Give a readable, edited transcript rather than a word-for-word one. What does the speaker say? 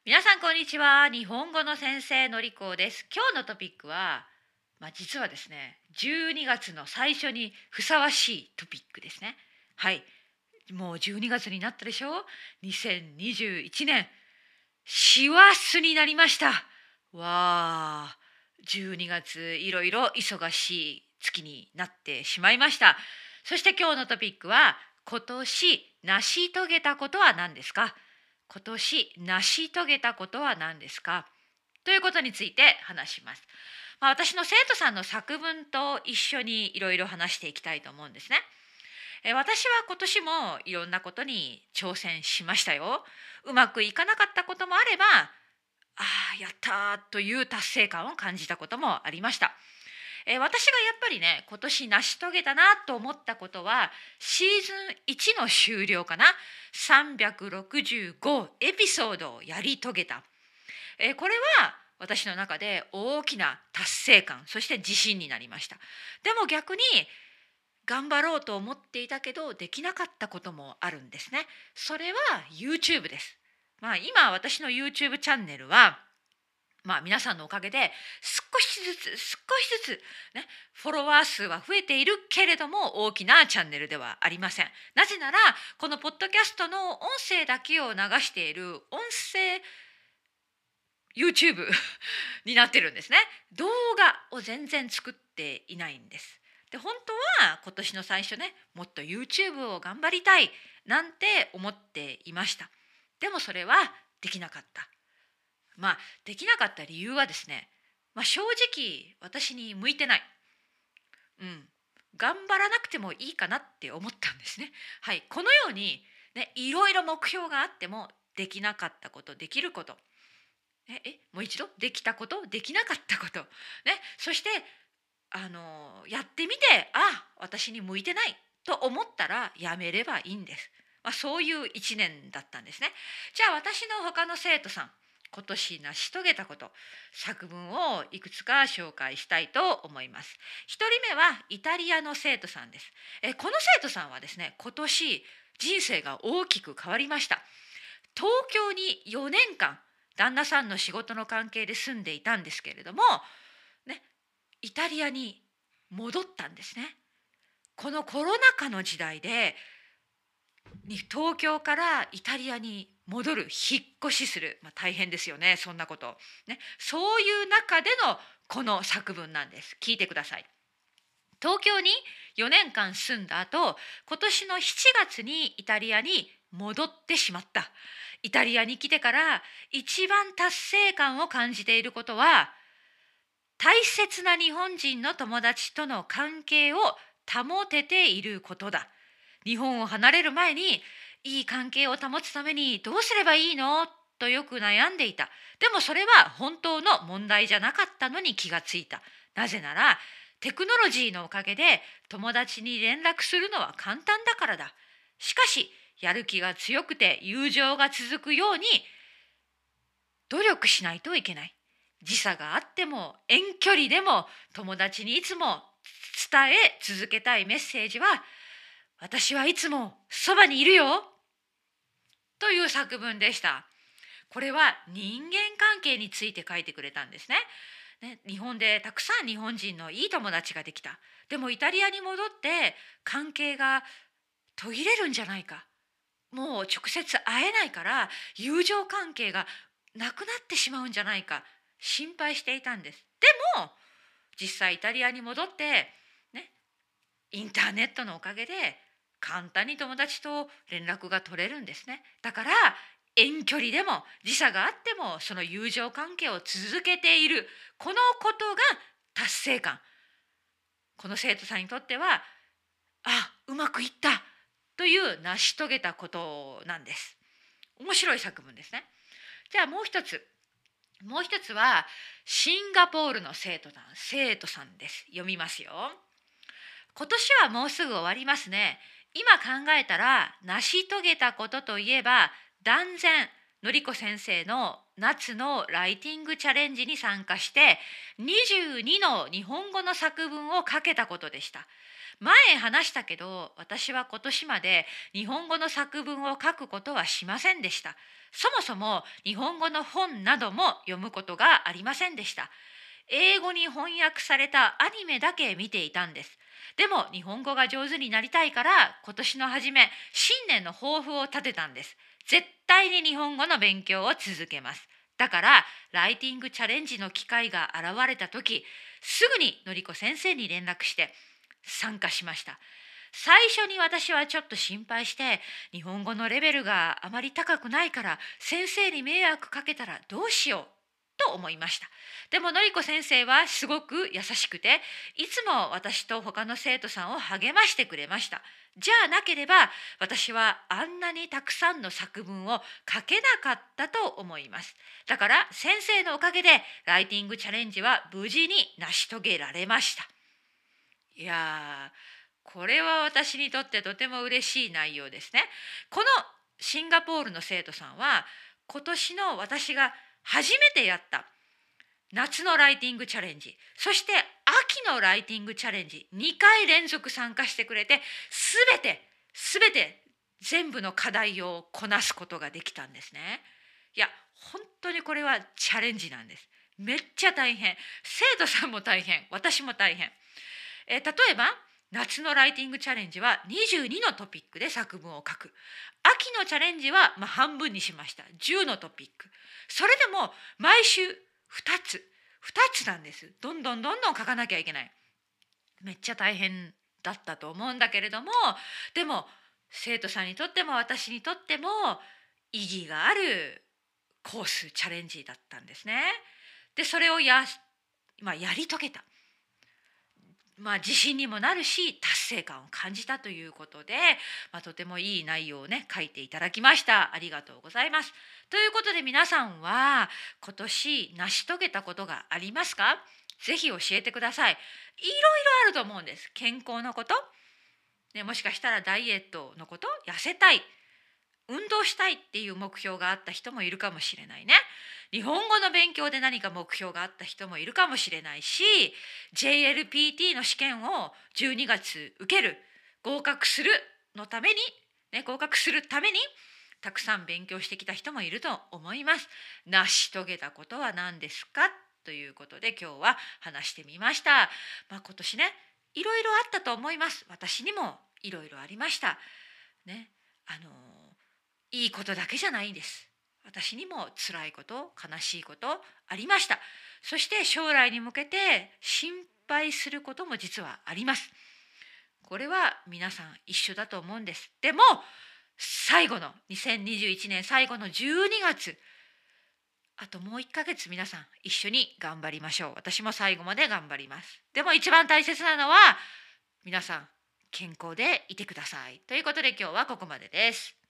皆さんこんにちは。日本語の先生のりこです。今日のトピックは、実はですね、12月の最初にふさわしいトピックですね。はい、もう12月になったでしょう。2021年、師走になりました。わあ、12月いろいろ忙しい月になってしまいました。そして今日のトピックは、今年成し遂げたことは何ですか？今年成し遂げたことは何ですか？ということについて話します。私の生徒さんの作文と一緒にいろいろ話していきたいと思うんですね。私は今年もいろんなことに挑戦しましたよ。うまくいかなかったこともあれば、やったーという達成感を感じたこともありました。私がやっぱりね、今年成し遂げたなと思ったことは、シーズン1の終了かな。365エピソードをやり遂げた。これは私の中で大きな達成感、そして自信になりました。でも逆に、頑張ろうと思っていたけどできなかったこともあるんですね。それは YouTube です。今私の YouTube チャンネルは皆さんのおかげで少しずつね、フォロワー数は増えているけれども大きなチャンネルではありません。なぜならこのポッドキャストの音声だけを流している音声 YouTube になってるんですね。動画を全然作っていないんです。で、本当は今年の最初ね、もっと YouTube を頑張りたいなんて思っていました。でもそれはできなかった。できなかった理由はですね、正直私に向いてない。うん。頑張らなくてもいいかなって思ったんですね。はい。このように、ね、いろいろ目標があってもできなかったこと、できること。もう一度できたこと、できなかったこと。ね。そして、やってみて、私に向いてないと思ったらやめればいいんです。そういう一年だったんですね。じゃあ私の他の生徒さん、今年成し遂げたこと、作文をいくつか紹介したいと思います。一人目はイタリアの生徒さんです。この生徒さんはですね、今年人生が大きく変わりました。東京に4年間、旦那さんの仕事の関係で住んでいたんですけれども、ね、イタリアに戻ったんですね。このコロナ禍の時代で東京からイタリアに戻る、引っ越しする、大変ですよね、そんなこと、ね、そういう中でのこの作文なんです。聞いてください。東京に4年間住んだ後、今年の7月にイタリアに戻ってしまった。イタリアに来てから一番達成感を感じていることは、大切な日本人の友達との関係を保てていることだ。日本を離れる前に、いい関係を保つためにどうすればいいのとよく悩んでいた。でもそれは本当の問題じゃなかったのに気がついた。なぜなら、テクノロジーのおかげで友達に連絡するのは簡単だからだ。しかし、やる気が強くて友情が続くように努力しないといけない。時差があっても遠距離でも友達にいつも伝え続けたいメッセージは、私はいつもそばにいるよという作文でした。これは人間関係について書いてくれたんですね。日本でたくさん日本人のいい友達ができた。でもイタリアに戻って関係が途切れるんじゃないか。もう直接会えないから友情関係がなくなってしまうんじゃないか心配していたんです。でも実際イタリアに戻ってね、インターネットのおかげで簡単に友達と連絡が取れるんですね。だから遠距離でも時差があってもその友情関係を続けている、このことが達成感。この生徒さんにとっては、うまくいったという成し遂げたことなんです。面白い作文ですね。じゃあもう一つはシンガポールの生徒さんです。読みますよ。今年はもうすぐ終わりますね。今考えたら成し遂げたことといえば、断然のりこ先生の夏のライティングチャレンジに参加して22の日本語の作文を書けたことでした。 前話したけど、私は今年まで日本語の作文を書くことはしませんでした。そもそも日本語の本なども読むことがありませんでした。英語に翻訳されたアニメだけ見ていたんです。でも日本語が上手になりたいから、今年の初め新年の抱負を立てたんです。絶対に日本語の勉強を続けます。だからライティングチャレンジの機会が現れた時、すぐにのりこ先生に連絡して参加しました。最初に私はちょっと心配して、日本語のレベルがあまり高くないから先生に迷惑かけたらどうしようと思いました。でものりこ先生はすごく優しくて、いつも私と他の生徒さんを励ましてくれました。じゃあなければ私はあんなにたくさんの作文を書けなかったと思います。だから先生のおかげでライティングチャレンジは無事に成し遂げられました。いやこれは私にとってとても嬉しい内容ですね。このシンガポールの生徒さんは、今年の私が初めてやった夏のライティングチャレンジ、そして秋のライティングチャレンジ、2回連続参加してくれて、すべて全部の課題をこなすことができたんですね。いや、本当にこれはチャレンジなんです。めっちゃ大変。生徒さんも大変、私も大変。例えば夏のライティングチャレンジは22のトピックで作文を書く。秋のチャレンジは半分にしました。10のトピック。それでも毎週2つなんです。どんどん書かなきゃいけない。めっちゃ大変だったと思うんだけれども、でも生徒さんにとっても私にとっても意義があるコースチャレンジだったんですね。でそれをやり遂げた。自信にもなるし達成感を感じたということで、とてもいい内容をね書いていただきました。ありがとうございます。ということで皆さんは今年成し遂げたことがありますか？ぜひ教えてください。いろいろあると思うんです。健康のこと、ね、もしかしたらダイエットのこと、痩せたい、運動したいっていう目標があった人もいるかもしれないね。日本語の勉強で何か目標があった人もいるかもしれないし、 JLPT の試験を12月受ける、合格するのために、合格するためにたくさん勉強してきた人もいると思います。成し遂げたことは何ですかということで今日は話してみました。今年ね、いろいろあったと思います。私にもいろいろありましたね。いいことだけじゃないんです。私にも辛いこと、悲しいことありました。そして将来に向けて心配することも実はあります。これは皆さん一緒だと思うんです。でも最後の2021年最後の12月、あともう1ヶ月皆さん一緒に頑張りましょう。私も最後まで頑張ります。でも一番大切なのは皆さん健康でいてください。ということで今日はここまでです。